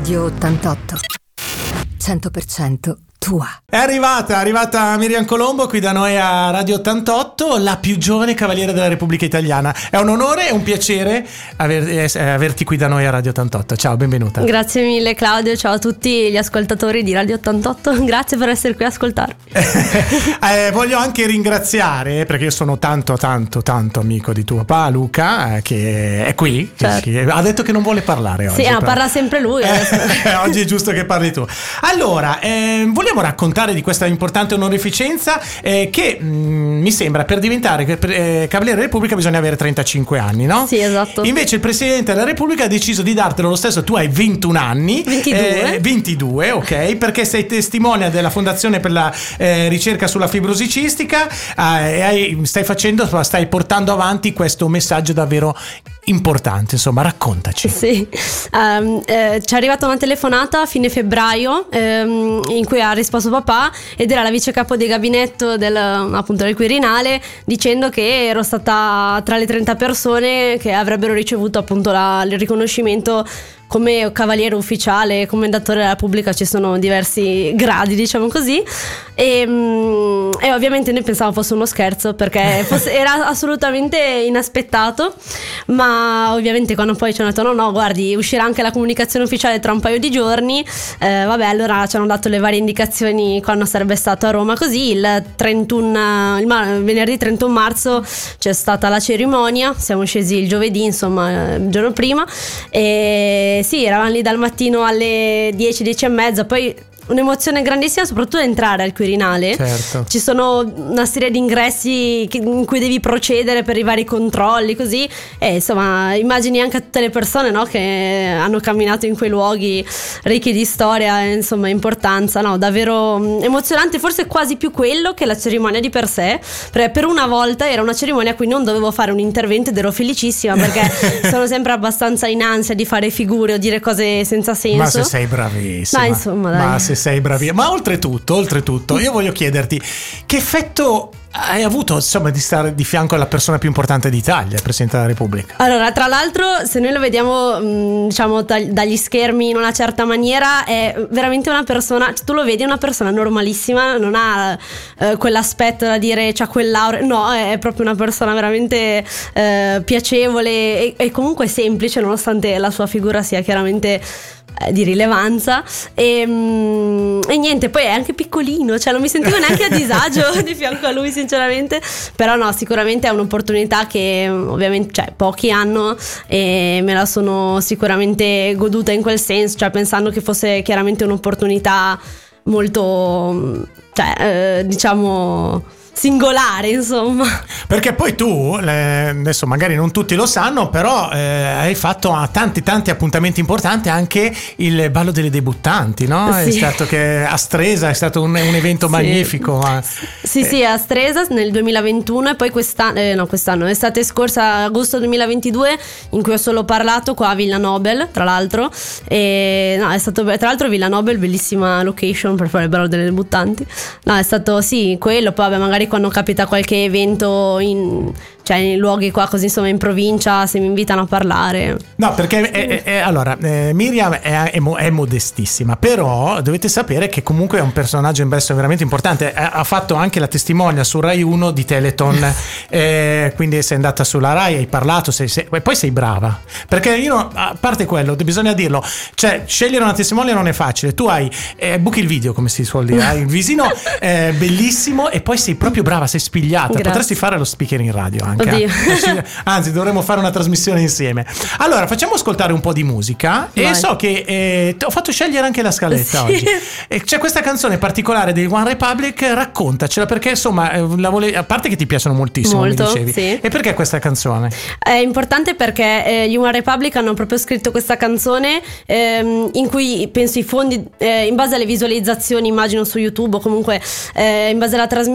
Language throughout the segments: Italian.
Radio 88. 100% tua. È arrivata Miriam Colombo qui da noi a Radio 88, la più giovane cavaliere della Repubblica Italiana. È un onore e un piacere averti qui da noi a Radio 88. Ciao, benvenuta. Grazie mille Claudio, ciao a tutti gli ascoltatori di Radio 88, grazie per essere qui a ascoltarmi. Voglio anche ringraziare, perché io sono tanto amico di tuo papà Luca, che è qui, certo. Che ha detto che non vuole parlare oggi. Sì, no, parla sempre lui. Oggi è giusto che parli tu. Allora, vogliamo raccontare di questa importante onorificenza che mi sembra per diventare Cavaliere della Repubblica bisogna avere 35 anni, no? Sì, esatto. Invece il Presidente della Repubblica ha deciso di dartelo lo stesso. Tu hai 21 anni. 22, ok, perché sei testimonia della Fondazione per la ricerca sulla fibrosi cistica e stai portando avanti questo messaggio davvero importante, insomma, raccontaci. Sì, ci è arrivata una telefonata a fine febbraio in cui ha risposto papà ed era la vice capo di gabinetto appunto del Quirinale, dicendo che ero stata tra le 30 persone che avrebbero ricevuto appunto il riconoscimento come cavaliere ufficiale, commendatore della Repubblica. Ci sono diversi gradi, diciamo così, e ovviamente noi pensavamo fosse uno scherzo, perché era assolutamente inaspettato, ma ovviamente quando poi ci hanno detto no guardi, uscirà anche la comunicazione ufficiale tra un paio di giorni, allora ci hanno dato le varie indicazioni quando sarebbe stato a Roma. Così il venerdì 31 marzo c'è stata la cerimonia, siamo scesi il giovedì, insomma il giorno prima, e sì, eravamo lì dal mattino alle 10:30, poi un'emozione grandissima, soprattutto entrare al Quirinale. Certo. Ci sono una serie di ingressi in cui devi procedere per i vari controlli, così, e insomma immagini anche a tutte le persone, no, che hanno camminato in quei luoghi ricchi di storia e insomma importanza, no, davvero emozionante, forse quasi più quello che la cerimonia di per sé, perché per una volta era una cerimonia a cui non dovevo fare un intervento ed ero felicissima, perché sono sempre abbastanza in ansia di fare figure o dire cose senza senso. Ma se sei bravissima. Ma insomma, dai. Ma se sei bravissima. Ma oltretutto io voglio chiederti che effetto hai avuto, insomma, di stare di fianco alla persona più importante d'Italia, il Presidente della Repubblica. Allora, tra l'altro, se noi lo vediamo diciamo dagli schermi in una certa maniera, è veramente una persona, tu lo vedi, è una persona normalissima, non ha quell'aspetto da dire c'ha quell'aura, no, è proprio una persona veramente piacevole e comunque semplice, nonostante la sua figura sia chiaramente di rilevanza, e niente, poi è anche piccolino, cioè non mi sentivo neanche a disagio di fianco a lui, sinceramente. Però no, sicuramente è un'opportunità che ovviamente, cioè, pochi hanno, e me la sono sicuramente goduta in quel senso, cioè pensando che fosse chiaramente un'opportunità molto, diciamo, singolare, insomma. Perché poi tu, adesso magari non tutti lo sanno, però hai fatto tanti appuntamenti importanti, anche il ballo delle debuttanti, no? Sì. È stato che a Stresa è stato un evento magnifico. Sì, a Stresa nel 2021 e poi quest'anno, estate scorsa, agosto 2022, in cui ho solo parlato qua a Villa Nobel, tra l'altro, e no, è stato, tra l'altro Villa Nobel, bellissima location per fare il ballo delle debuttanti. No, è stato sì, quello, poi vabbè, magari quando capita qualche evento nei luoghi qua così, insomma, in provincia, se mi invitano a parlare. No, perché allora Miriam è modestissima, però dovete sapere che comunque è un personaggio investo veramente importante. Ha fatto anche la testimonia su Rai 1 di Teleton, quindi sei andata sulla Rai, hai parlato, e poi sei brava, perché io, a parte quello, bisogna dirlo, cioè scegliere una testimonia non è facile. Tu hai buchi il video, come si suol dire, hai il visino bellissimo e poi sei proprio brava, sei spigliata. Grazie. Potresti fare lo speaker in radio anche. Oddio. Anzi, dovremmo fare una trasmissione insieme. Allora, facciamo ascoltare un po' di musica. Vai. E so che ho fatto scegliere anche la scaletta, sì, oggi. E c'è questa canzone particolare dei One Republic, raccontacela, perché insomma a parte che ti piacciono moltissimo, molto, mi dicevi. Sì. E perché questa canzone? È importante perché gli One Republic hanno proprio scritto questa canzone in cui penso i fondi, in base alle visualizzazioni, immagino su YouTube, o comunque in base alla trasmissione,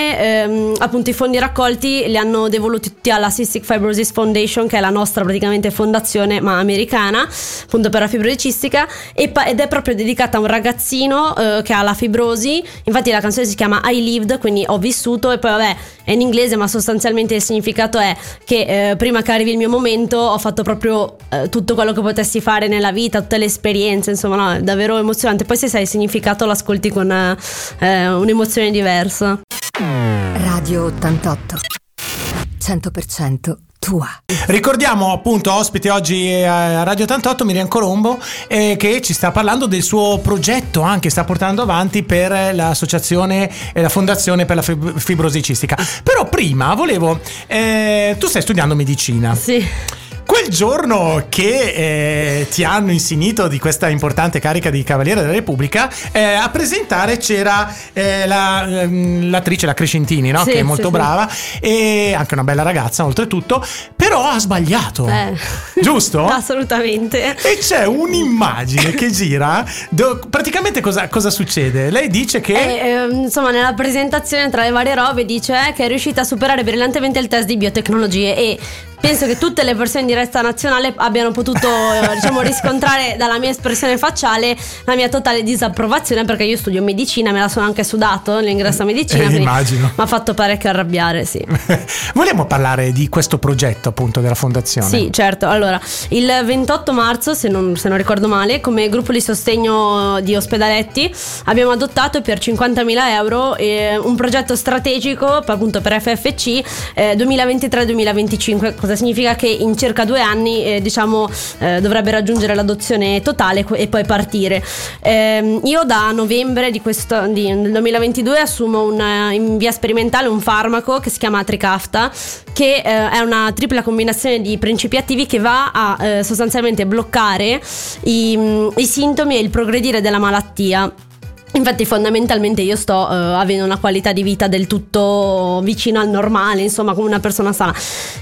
appunto i fondi raccolti li hanno devoluti tutti alla Cystic Fibrosis Foundation, che è la nostra praticamente fondazione ma americana, appunto per la fibrosi cistica, ed è proprio dedicata a un ragazzino che ha la fibrosi. Infatti la canzone si chiama I Lived, quindi ho vissuto, e poi vabbè è in inglese ma sostanzialmente il significato è che prima che arrivi il mio momento ho fatto proprio tutto quello che potessi fare nella vita, tutte le esperienze, insomma no, è davvero emozionante. Poi se sai il significato l'ascolti con un'emozione diversa. Radio 88 100% tua. Ricordiamo appunto ospite oggi a Radio 88 Miriam Colombo, che ci sta parlando del suo progetto, anche sta portando avanti per l'associazione e la fondazione per la fibrosi cistica. Però prima volevo tu stai studiando medicina. Sì. Quel giorno che ti hanno insignito di questa importante carica di Cavaliere della Repubblica, a presentare c'era l'attrice, la Crescentini, no? Sì, che è molto sì, brava e anche una bella ragazza oltretutto, però ha sbagliato, giusto? Assolutamente. E c'è un'immagine che gira, praticamente cosa succede? Lei dice che insomma nella presentazione tra le varie robe dice che è riuscita a superare brillantemente il test di biotecnologie, e penso che tutte le persone in diretta nazionale abbiano potuto diciamo riscontrare dalla mia espressione facciale la mia totale disapprovazione, perché io studio medicina, me la sono anche sudato l'ingresso a medicina, immagino. mi ha fatto parecchio arrabbiare, sì. Vogliamo parlare di questo progetto appunto della fondazione? Sì, certo. Allora, il 28 marzo, se non ricordo male, come gruppo di sostegno di Ospedaletti abbiamo adottato per 50.000 euro un progetto strategico appunto per FFC 2023-2025. Cosa significa? Che in circa 2 anni dovrebbe raggiungere l'adozione totale e poi partire. Io da novembre del 2022 assumo in via sperimentale un farmaco che si chiama Trikafta, che è una tripla combinazione di principi attivi che va a sostanzialmente bloccare i sintomi e il progredire della malattia. Infatti fondamentalmente io sto avendo una qualità di vita del tutto vicino al normale, insomma come una persona sana.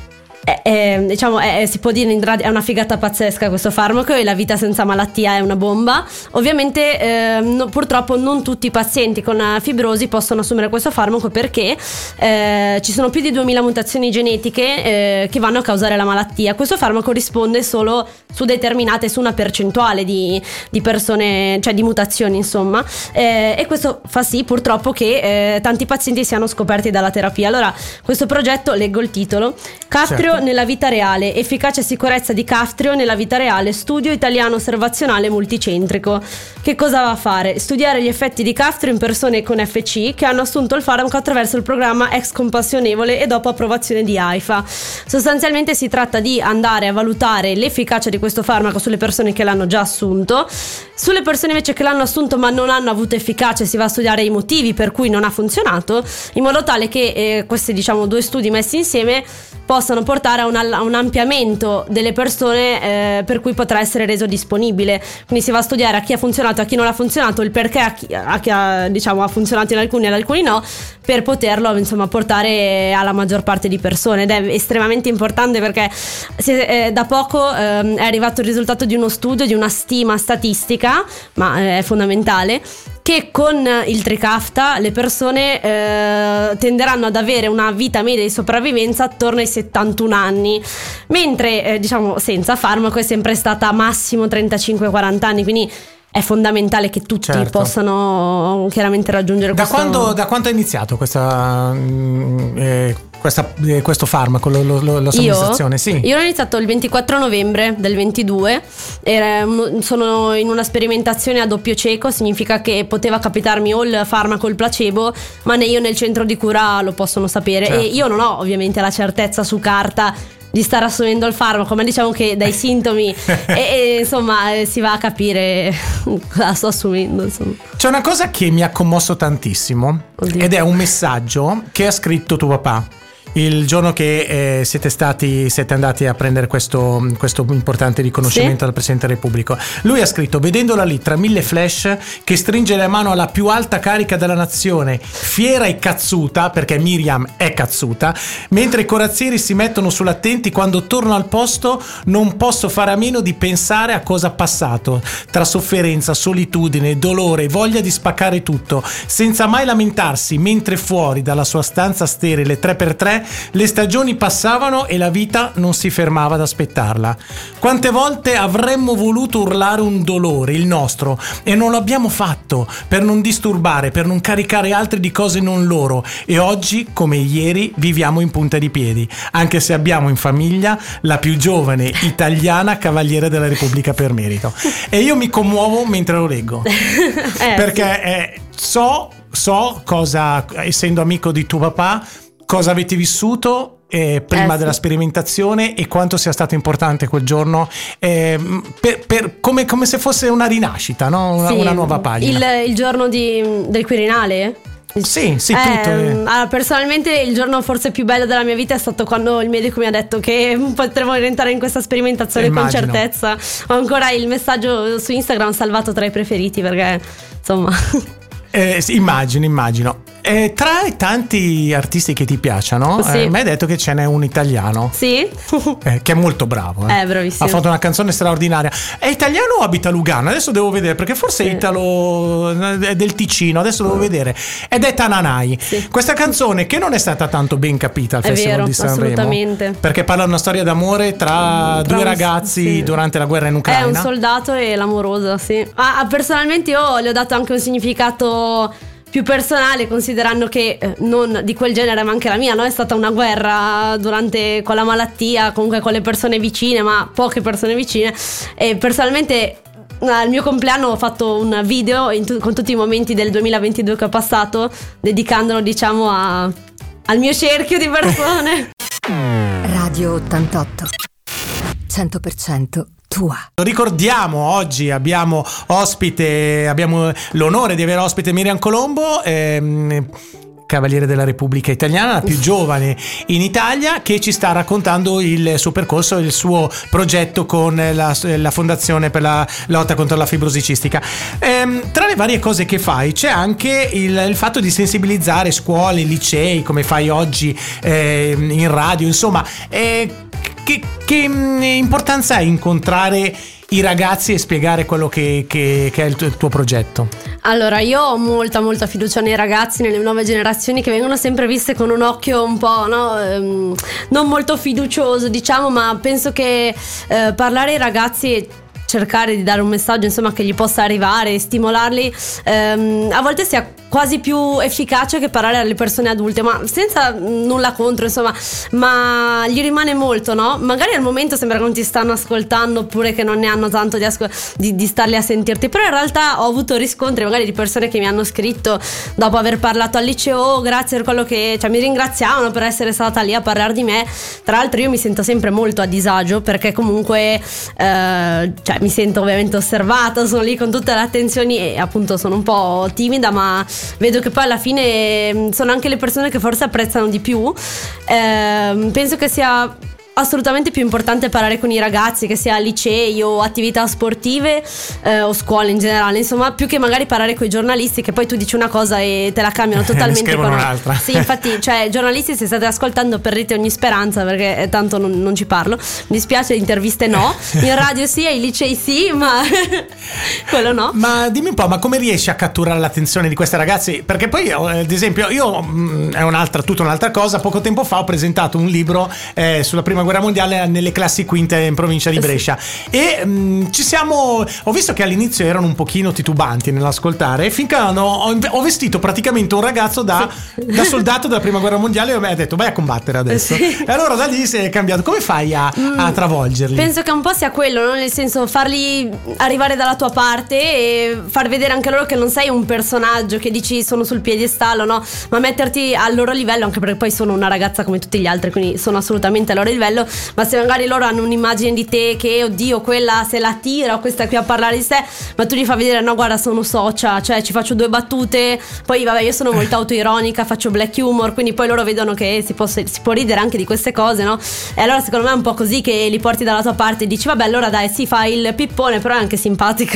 Si può dire è una figata pazzesca questo farmaco, e la vita senza malattia è una bomba. Ovviamente purtroppo non tutti i pazienti con fibrosi possono assumere questo farmaco, perché ci sono più di 2000 mutazioni genetiche che vanno a causare la malattia. Questo farmaco risponde solo su una percentuale di persone, cioè di mutazioni insomma, e questo fa sì purtroppo che tanti pazienti siano scoperti dalla terapia. Allora questo progetto, leggo il titolo: Kaftrio nella vita reale, efficacia e sicurezza di Kaftrio nella vita reale, studio italiano osservazionale multicentrico. Che cosa va a fare? Studiare gli effetti di Kaftrio in persone con FC che hanno assunto il farmaco attraverso il programma ex compassionevole e dopo approvazione di AIFA. Sostanzialmente si tratta di andare a valutare l'efficacia di questo farmaco sulle persone che l'hanno già assunto. Sulle persone invece che l'hanno assunto ma non hanno avuto efficacia si va a studiare i motivi per cui non ha funzionato, in modo tale che questi 2 studi messi insieme possano portare a un ampliamento delle persone per cui potrà essere reso disponibile. Quindi si va a studiare a chi ha funzionato, a chi non ha funzionato, il perché a chi ha funzionato in alcuni e in alcuni no, per poterlo insomma portare alla maggior parte di persone. Ed è estremamente importante perché da poco è arrivato il risultato di uno studio, di una stima statistica, ma è fondamentale, che con il Trikafta le persone tenderanno ad avere una vita media di sopravvivenza attorno ai 71 anni, mentre senza farmaco è sempre stata massimo 35-40 anni, quindi è fondamentale che tutti possano chiaramente raggiungere questo. Da quando è iniziato questo farmaco, la somministrazione? Sì. Io ho iniziato il 24 novembre del 22, sono in una sperimentazione a doppio cieco, significa che poteva capitarmi o il farmaco o il placebo, ma né io né il centro di cura lo possono sapere. E io non ho ovviamente la certezza su carta di stare assumendo il farmaco, ma diciamo che dai sintomi insomma si va a capire cosa sto assumendo, insomma. C'è una cosa che mi ha commosso tantissimo. Oddio. Ed è un messaggio che ha scritto tuo papà, il giorno che siete andati a prendere questo importante riconoscimento dal Presidente della Repubblica. Lui ha scritto: vedendola lì tra 1000 flash che stringe la mano alla più alta carica della nazione, fiera e cazzuta, perché Miriam è cazzuta, mentre i corazzieri si mettono sull'attenti, quando torno al posto non posso fare a meno di pensare a cosa ha passato, tra sofferenza, solitudine, dolore, voglia di spaccare tutto, senza mai lamentarsi, mentre fuori dalla sua stanza sterile 3x3 le stagioni passavano e la vita non si fermava ad aspettarla. Quante volte avremmo voluto urlare un dolore, il nostro, e non lo abbiamo fatto, per non disturbare, per non caricare altri di cose non loro, e oggi, come ieri, viviamo in punta di piedi, anche se abbiamo in famiglia la più giovane italiana Cavaliere della Repubblica per merito. E io mi commuovo mentre lo leggo, perché so cosa, essendo amico di tuo papà, cosa avete vissuto prima della sperimentazione e quanto sia stato importante quel giorno, come se fosse una rinascita, no? Una nuova pagina. Il giorno del Quirinale? Sì, tutto. Allora, personalmente il giorno forse più bello della mia vita è stato quando il medico mi ha detto che potremmo rientrare in questa sperimentazione. Immagino. Con certezza. Ho ancora il messaggio su Instagram salvato tra i preferiti, perché insomma... Immagino. Tra i tanti artisti che ti piacciono, sì. mi hai detto che ce n'è un italiano. Sì. Che è molto bravo. Bravissimo. Ha fatto una canzone straordinaria. È italiano o abita a Lugano? Adesso devo vedere, perché forse è è del Ticino. Adesso devo vedere. Ed è Tananai. Sì. Questa canzone che non è stata tanto ben capita al Festival di Sanremo. Assolutamente. Perché parla di una storia d'amore tra due ragazzi durante la guerra in Ucraina. È un soldato e l'amorosa, sì. Personalmente io le ho dato anche un significato più personale, considerando che non di quel genere, ma anche la mia, no? È stata una guerra con la malattia, comunque con le persone vicine, ma poche persone vicine. E personalmente al mio compleanno ho fatto un video con tutti i momenti del 2022 che ho passato, dedicandolo, diciamo, al mio cerchio di persone. Radio 88 100% tua. Ricordiamo, oggi abbiamo l'onore di avere ospite Miriam Colombo, Cavaliere della Repubblica Italiana, la più giovane in Italia, che ci sta raccontando il suo percorso, il suo progetto con la Fondazione per la lotta contro la fibrosi cistica. Tra le varie cose che fai c'è anche il fatto di sensibilizzare scuole, licei, come fai oggi in radio, insomma. Che importanza ha incontrare i ragazzi e spiegare quello che è il tuo progetto? Allora, io ho molta fiducia nei ragazzi, nelle nuove generazioni, che vengono sempre viste con un occhio un po', no? Non molto fiducioso, diciamo, ma penso che parlare ai ragazzi e cercare di dare un messaggio, insomma, che gli possa arrivare, stimolarli, a volte sia quasi più efficace che parlare alle persone adulte, ma senza nulla contro, insomma, ma gli rimane molto, no? Magari al momento sembra che non ti stanno ascoltando, oppure che non ne hanno tanto di starli a sentirti, però in realtà ho avuto riscontri magari di persone che mi hanno scritto dopo aver parlato al liceo: grazie per quello che, cioè, mi ringraziavano per essere stata lì a parlare di me. Tra l'altro io mi sento sempre molto a disagio, perché comunque cioè, mi sento ovviamente osservata, sono lì con tutte le attenzioni e appunto sono un po' timida, ma vedo che poi alla fine sono anche le persone che forse apprezzano di più. Penso che sia assolutamente più importante parlare con i ragazzi, che sia licei o attività sportive o scuole in generale, insomma, più che magari parlare con i giornalisti, che poi tu dici una cosa e te la cambiano totalmente con un'altra. Sì, infatti, cioè, giornalisti, se state ascoltando, perdete ogni speranza, perché tanto non ci parlo. Mi dispiace, interviste no, in radio sì, ai licei sì, ma quello no. Ma dimmi un po', ma come riesci a catturare l'attenzione di questi ragazzi? Perché poi, ad esempio, io è tutta un'altra cosa. Poco tempo fa ho presentato un libro sulla prima guerra mondiale nelle classi quinte in provincia di Brescia, e ho visto che all'inizio erano un pochino titubanti nell'ascoltare, finché ho vestito praticamente un ragazzo da soldato della prima guerra mondiale e mi ha detto: vai a combattere adesso. E allora da lì si è cambiato. Come fai a travolgerli? Penso che un po' sia quello, no? Nel senso, farli arrivare dalla tua parte e far vedere anche loro che non sei un personaggio che dici sono sul piedistallo, no? Ma metterti al loro livello, anche perché poi sono una ragazza come tutti gli altri, quindi sono assolutamente al loro livello. bello, ma se magari loro hanno un'immagine di te che oddio quella se la tira o questa qui a parlare di sé, ma tu gli fai vedere no guarda sono socia, cioè ci faccio 2 battute, poi vabbè io sono molto autoironica, faccio black humor, quindi poi loro vedono che si può ridere anche di queste cose, no? E allora secondo me è un po' così che li porti dalla tua parte e dici vabbè allora dai si fa il pippone però è anche simpatica.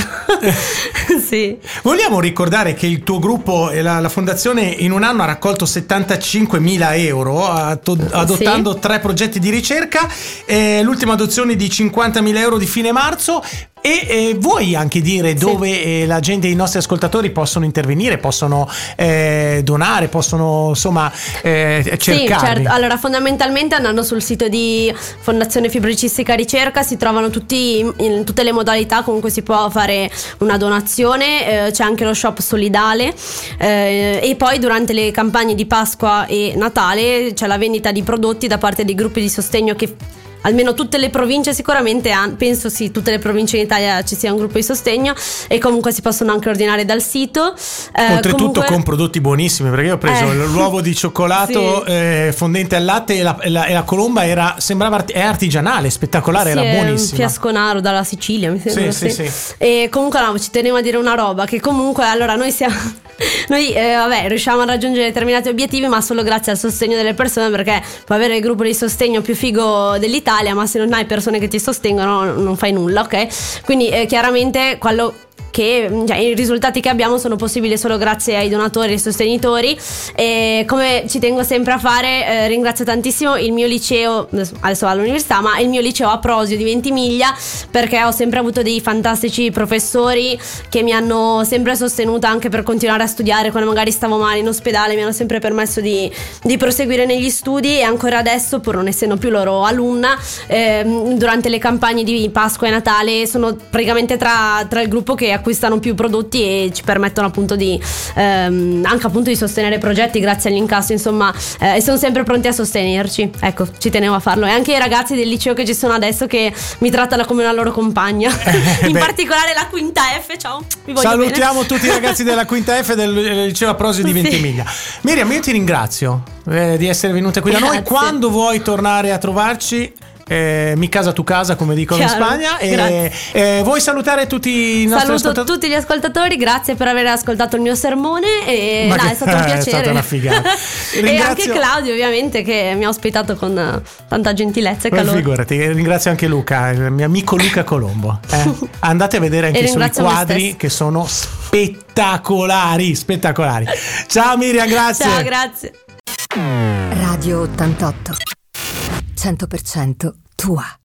Sì. Vogliamo ricordare che il tuo gruppo e la fondazione in un anno ha raccolto 75.000 euro adottando 3 progetti di ricerca, l'ultima adozione di 50.000 euro di fine marzo. E vuoi anche dire dove la gente, i nostri ascoltatori possono intervenire, possono donare, possono insomma cercarvi? Sì, certo. Allora fondamentalmente andando sul sito di Fondazione Fibricistica Ricerca si trovano in tutte le modalità, comunque si può fare una donazione, c'è anche lo shop solidale, e poi durante le campagne di Pasqua e Natale c'è la vendita di prodotti da parte dei gruppi di sostegno che almeno tutte le province sicuramente penso sì, tutte le province in Italia ci sia un gruppo di sostegno e comunque si possono anche ordinare dal sito. Oltretutto con prodotti buonissimi, perché io ho preso l'uovo di cioccolato fondente al latte e la colomba è artigianale, spettacolare, era buonissimo. Fiasconaro dalla Sicilia mi sembra. Sì. E comunque no, ci tenevo a dire una roba che comunque allora noi riusciamo a raggiungere determinati obiettivi ma solo grazie al sostegno delle persone, perché puoi avere il gruppo di sostegno più figo dell'Italia ma se non hai persone che ti sostengono non fai nulla, ok? Quindi chiaramente i risultati che abbiamo sono possibili solo grazie ai donatori e ai sostenitori, e come ci tengo sempre a fare ringrazio tantissimo il mio liceo, adesso vado all'università, ma il mio liceo a Prosio di Ventimiglia, perché ho sempre avuto dei fantastici professori che mi hanno sempre sostenuta anche per continuare a studiare quando magari stavo male in ospedale, mi hanno sempre permesso di proseguire negli studi, e ancora adesso, pur non essendo più loro alunna, durante le campagne di Pasqua e Natale sono praticamente tra il gruppo che acquistano più prodotti e ci permettono appunto anche appunto di sostenere progetti grazie all'incasso, insomma, e sono sempre pronti a sostenerci. Ecco, ci tenevo a farlo. E anche i ragazzi del liceo che ci sono adesso che mi trattano come una loro compagna, in particolare la quinta F, ciao, vi voglio salutiamo bene. Tutti i ragazzi della quinta F del liceo a Prosio di Ventimiglia. Miriam, io ti ringrazio di essere venuta qui da noi. Quando vuoi tornare a trovarci, mi casa tu casa, come dicono in Spagna. Vuoi salutare tutti i nostri ascoltatori? Saluto tutti gli ascoltatori, grazie per aver ascoltato il mio sermone e è stato un piacere. È stata una figata. E anche Claudio ovviamente che mi ha ospitato con tanta gentilezza e calore. Figurati, ringrazio anche Luca, il mio amico Luca Colombo. Andate a vedere anche i suoi quadri che sono spettacolari. Ciao Miriam, grazie. Ciao, grazie. Radio 88 100% tua.